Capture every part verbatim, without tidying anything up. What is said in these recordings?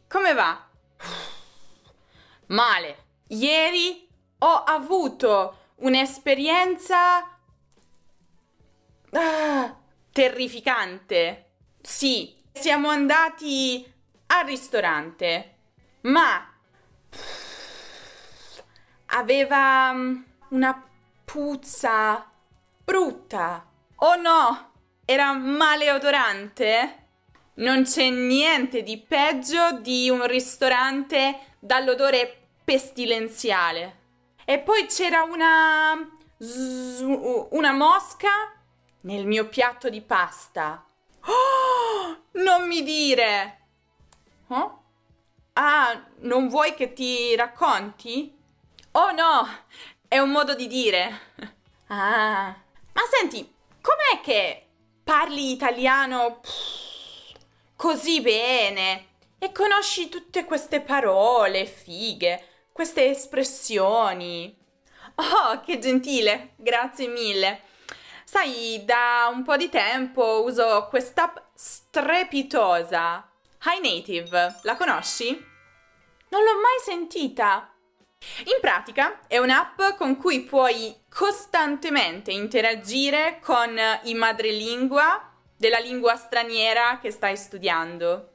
come va? Male. Ieri ho avuto un'esperienza ah, terrificante. Sì, siamo andati al ristorante, ma aveva una puzza brutta. Oh no, era maleodorante? Non c'è niente di peggio di un ristorante dall'odore pestilenziale. E poi c'era una una mosca nel mio piatto di pasta. Oh, non mi dire! Oh? Ah, non vuoi che ti racconti? Oh no, è un modo di dire. Ah, ma senti, com'è che parli italiano così bene e conosci tutte queste parole fighe, queste espressioni? Oh, che gentile, grazie mille. Sai, da un po' di tempo uso quest'app strepitosa. HiNative, la conosci? Non l'ho mai sentita. In pratica è un'app con cui puoi costantemente interagire con i madrelingua della lingua straniera che stai studiando.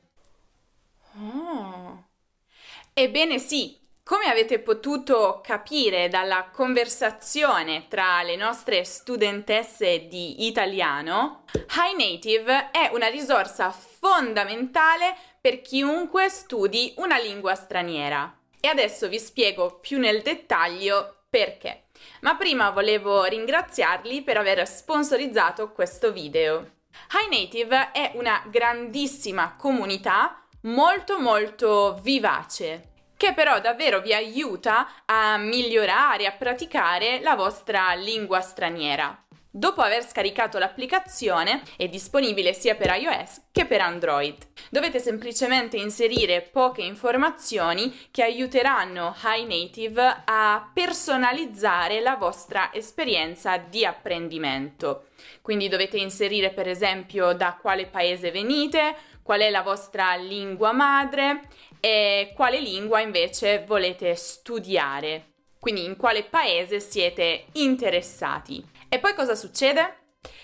Oh. Ebbene sì, come avete potuto capire dalla conversazione tra le nostre studentesse di italiano, HiNative è una risorsa fondamentale per chiunque studi una lingua straniera. E adesso vi spiego più nel dettaglio perché. Ma prima volevo ringraziarli per aver sponsorizzato questo video. HiNative è una grandissima comunità molto molto vivace, che però davvero vi aiuta a migliorare, a praticare la vostra lingua straniera. Dopo aver scaricato l'applicazione, è disponibile sia per iOS che per Android. Dovete semplicemente inserire poche informazioni che aiuteranno HiNative a personalizzare la vostra esperienza di apprendimento. Quindi dovete inserire per esempio da quale paese venite, qual è la vostra lingua madre e quale lingua invece volete studiare. Quindi in quale paese siete interessati. E poi cosa succede?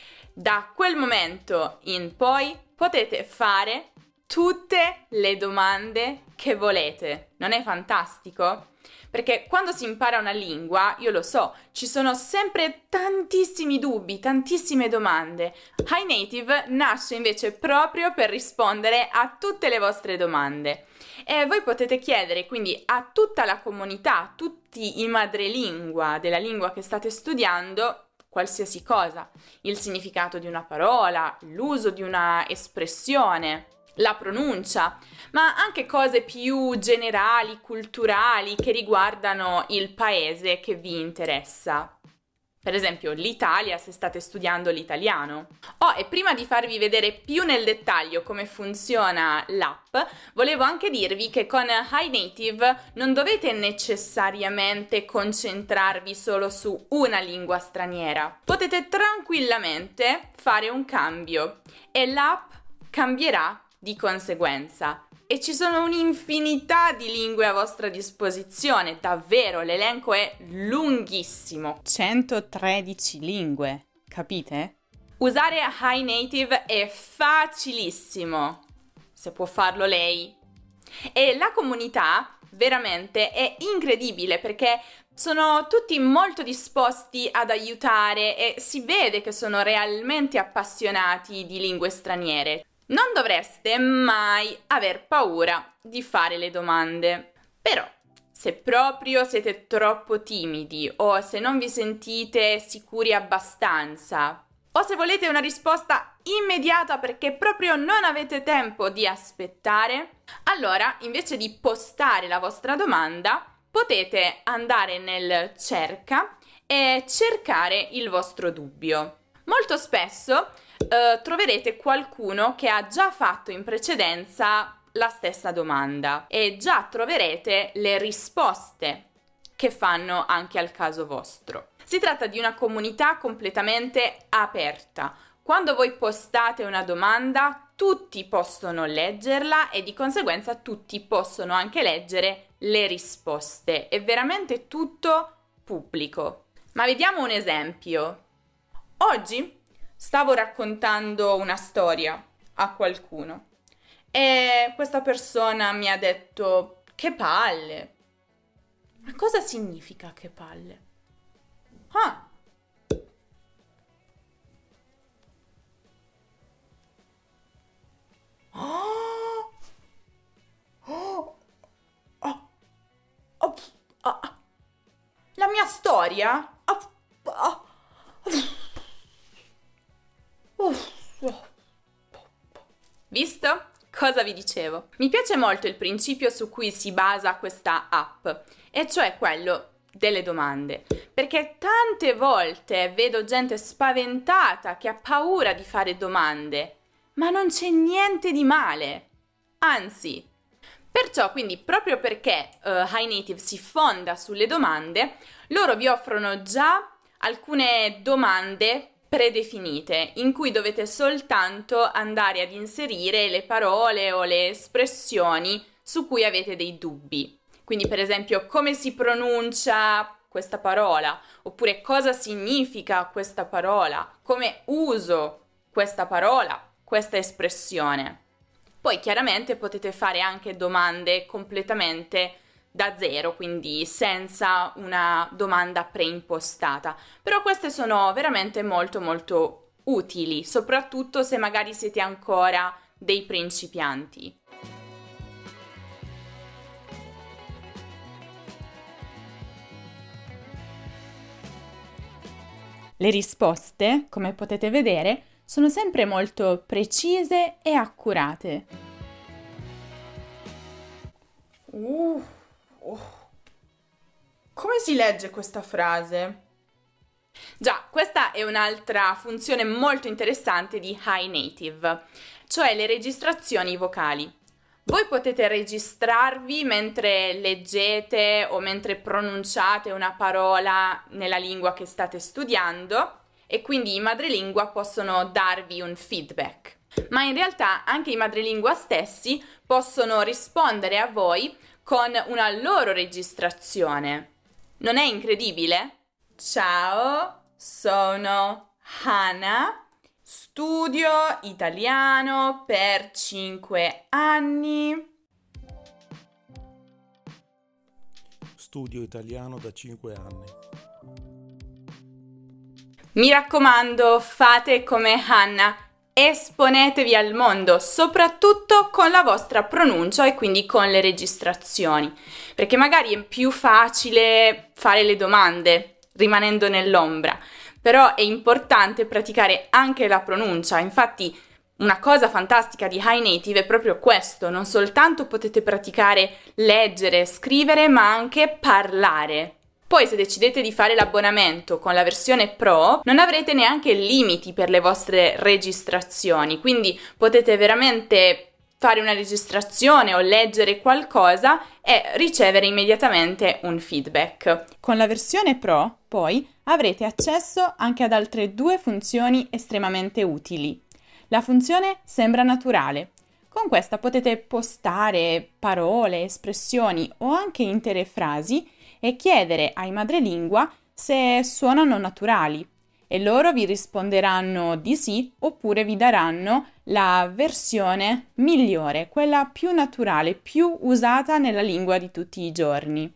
Da quel momento in poi potete fare tutte le domande che volete. Non è fantastico? Perché quando si impara una lingua, io lo so, ci sono sempre tantissimi dubbi, tantissime domande. HiNative nasce invece proprio per rispondere a tutte le vostre domande. E voi potete chiedere quindi a tutta la comunità, a tutti i madrelingua della lingua che state studiando, qualsiasi cosa, il significato di una parola, l'uso di una espressione, la pronuncia, ma anche cose più generali, culturali, che riguardano il paese che vi interessa. Per esempio l'Italia, se state studiando l'italiano. Oh, e prima di farvi vedere più nel dettaglio come funziona l'app, volevo anche dirvi che con HiNative non dovete necessariamente concentrarvi solo su una lingua straniera. Potete tranquillamente fare un cambio e l'app cambierà di conseguenza. E ci sono un'infinità di lingue a vostra disposizione, davvero, l'elenco è lunghissimo. centotredici lingue, capite? Usare HiNative è facilissimo, se può farlo lei. E la comunità veramente è incredibile perché sono tutti molto disposti ad aiutare e si vede che sono realmente appassionati di lingue straniere. Non dovreste mai aver paura di fare le domande. Però, se proprio siete troppo timidi o se non vi sentite sicuri abbastanza o se volete una risposta immediata perché proprio non avete tempo di aspettare, allora invece di postare la vostra domanda potete andare nel cerca e cercare il vostro dubbio. Molto spesso Uh, troverete qualcuno che ha già fatto in precedenza la stessa domanda e già troverete le risposte che fanno anche al caso vostro. Si tratta di una comunità completamente aperta. Quando voi postate una domanda, tutti possono leggerla e di conseguenza tutti possono anche leggere le risposte. È veramente tutto pubblico. Ma vediamo un esempio. Oggi stavo raccontando una storia a qualcuno e questa persona mi ha detto: che palle. Ma cosa significa che palle? Ah! Oh! Oh! Oh! Oh! Ah! La mia storia? Ah! Ah! Visto? Cosa vi dicevo? Mi piace molto il principio su cui si basa questa app, e cioè quello delle domande, perché tante volte vedo gente spaventata che ha paura di fare domande, ma non c'è niente di male, anzi. Perciò, quindi, proprio perché uh, HiNative si fonda sulle domande, loro vi offrono già alcune domande predefinite in cui dovete soltanto andare ad inserire le parole o le espressioni su cui avete dei dubbi. Quindi, per esempio, come si pronuncia questa parola, oppure cosa significa questa parola, come uso questa parola, questa espressione. Poi chiaramente potete fare anche domande completamente da zero, quindi senza una domanda preimpostata. Però queste sono veramente molto molto utili, soprattutto se magari siete ancora dei principianti. Le risposte, come potete vedere, sono sempre molto precise e accurate. Uh, uh. Come si legge questa frase? Già, questa è un'altra funzione molto interessante di HiNative, cioè le registrazioni vocali. Voi potete registrarvi mentre leggete o mentre pronunciate una parola nella lingua che state studiando e quindi i madrelingua possono darvi un feedback. Ma in realtà anche i madrelingua stessi possono rispondere a voi con una loro registrazione. Non è incredibile? Ciao, sono Hannah. Studio italiano per cinque anni. Studio italiano da cinque anni. Mi raccomando, fate come Hannah, esponetevi al mondo, soprattutto con la vostra pronuncia e quindi con le registrazioni, perché magari è più facile fare le domande rimanendo nell'ombra. Però è importante praticare anche la pronuncia, infatti una cosa fantastica di HiNative è proprio questo, non soltanto potete praticare leggere, scrivere, ma anche parlare. Poi se decidete di fare l'abbonamento con la versione Pro, non avrete neanche limiti per le vostre registrazioni, quindi potete veramente fare una registrazione o leggere qualcosa e ricevere immediatamente un feedback. Con la versione Pro, poi, avrete accesso anche ad altre due funzioni estremamente utili. La funzione sembra naturale. Con questa potete postare parole, espressioni o anche intere frasi e chiedere ai madrelingua se suonano naturali e loro vi risponderanno di sì oppure vi daranno la versione migliore, quella più naturale, più usata nella lingua di tutti i giorni.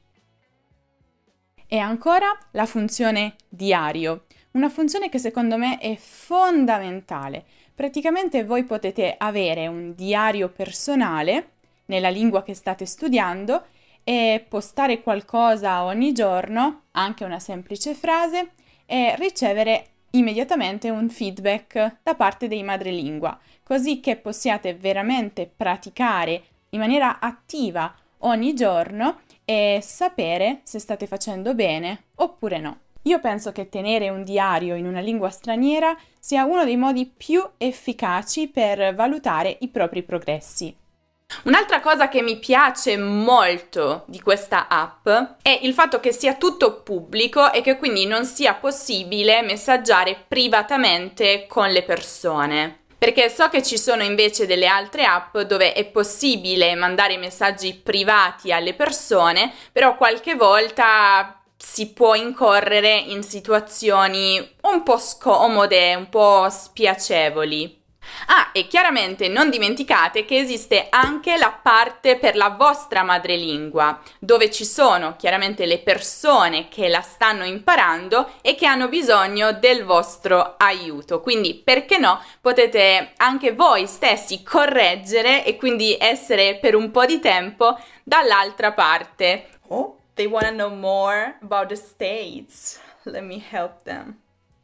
E ancora la funzione diario, una funzione che secondo me è fondamentale. Praticamente voi potete avere un diario personale nella lingua che state studiando e postare qualcosa ogni giorno, anche una semplice frase, e ricevere immediatamente un feedback da parte dei madrelingua, così che possiate veramente praticare in maniera attiva ogni giorno e sapere se state facendo bene oppure no. Io penso che tenere un diario in una lingua straniera sia uno dei modi più efficaci per valutare i propri progressi. Un'altra cosa che mi piace molto di questa app è il fatto che sia tutto pubblico e che quindi non sia possibile messaggiare privatamente con le persone. Perché so che ci sono invece delle altre app dove è possibile mandare messaggi privati alle persone, però qualche volta si può incorrere in situazioni un po' scomode, un po' spiacevoli. Ah, e chiaramente non dimenticate che esiste anche la parte per la vostra madrelingua, dove ci sono chiaramente le persone che la stanno imparando e che hanno bisogno del vostro aiuto. Quindi, perché no, potete anche voi stessi correggere e quindi essere per un po' di tempo dall'altra parte. Oh, they want to know more about the States. Let me help them.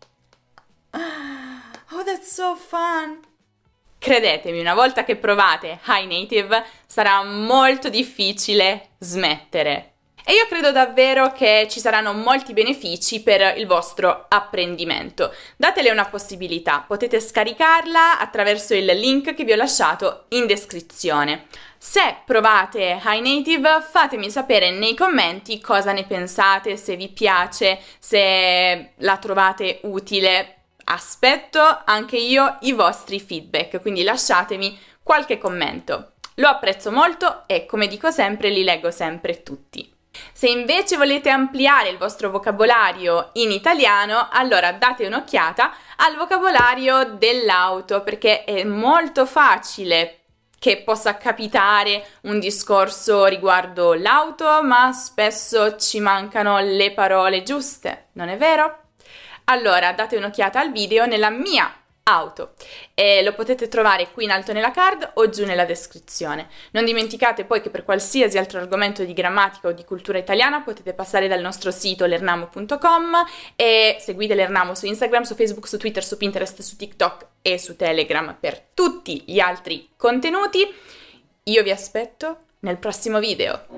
Oh, that's so fun! Credetemi, una volta che provate Hi Native sarà molto difficile smettere. E io credo davvero che ci saranno molti benefici per il vostro apprendimento. Datele una possibilità, potete scaricarla attraverso il link che vi ho lasciato in descrizione. Se provate Hi Native, fatemi sapere nei commenti cosa ne pensate, se vi piace, se la trovate utile. Aspetto anche io i vostri feedback, quindi lasciatemi qualche commento. Lo apprezzo molto e, come dico sempre, li leggo sempre tutti. Se invece volete ampliare il vostro vocabolario in italiano, allora date un'occhiata al vocabolario dell'auto, perché è molto facile che possa capitare un discorso riguardo l'auto, ma spesso ci mancano le parole giuste, non è vero? Allora date un'occhiata al video nella mia auto e lo potete trovare qui in alto nella card o giù nella descrizione. Non dimenticate poi che per qualsiasi altro argomento di grammatica o di cultura italiana potete passare dal nostro sito lernamo punto com e seguite Lernamo su Instagram, su Facebook, su Twitter, su Pinterest, su TikTok e su Telegram per tutti gli altri contenuti. Io vi aspetto nel prossimo video.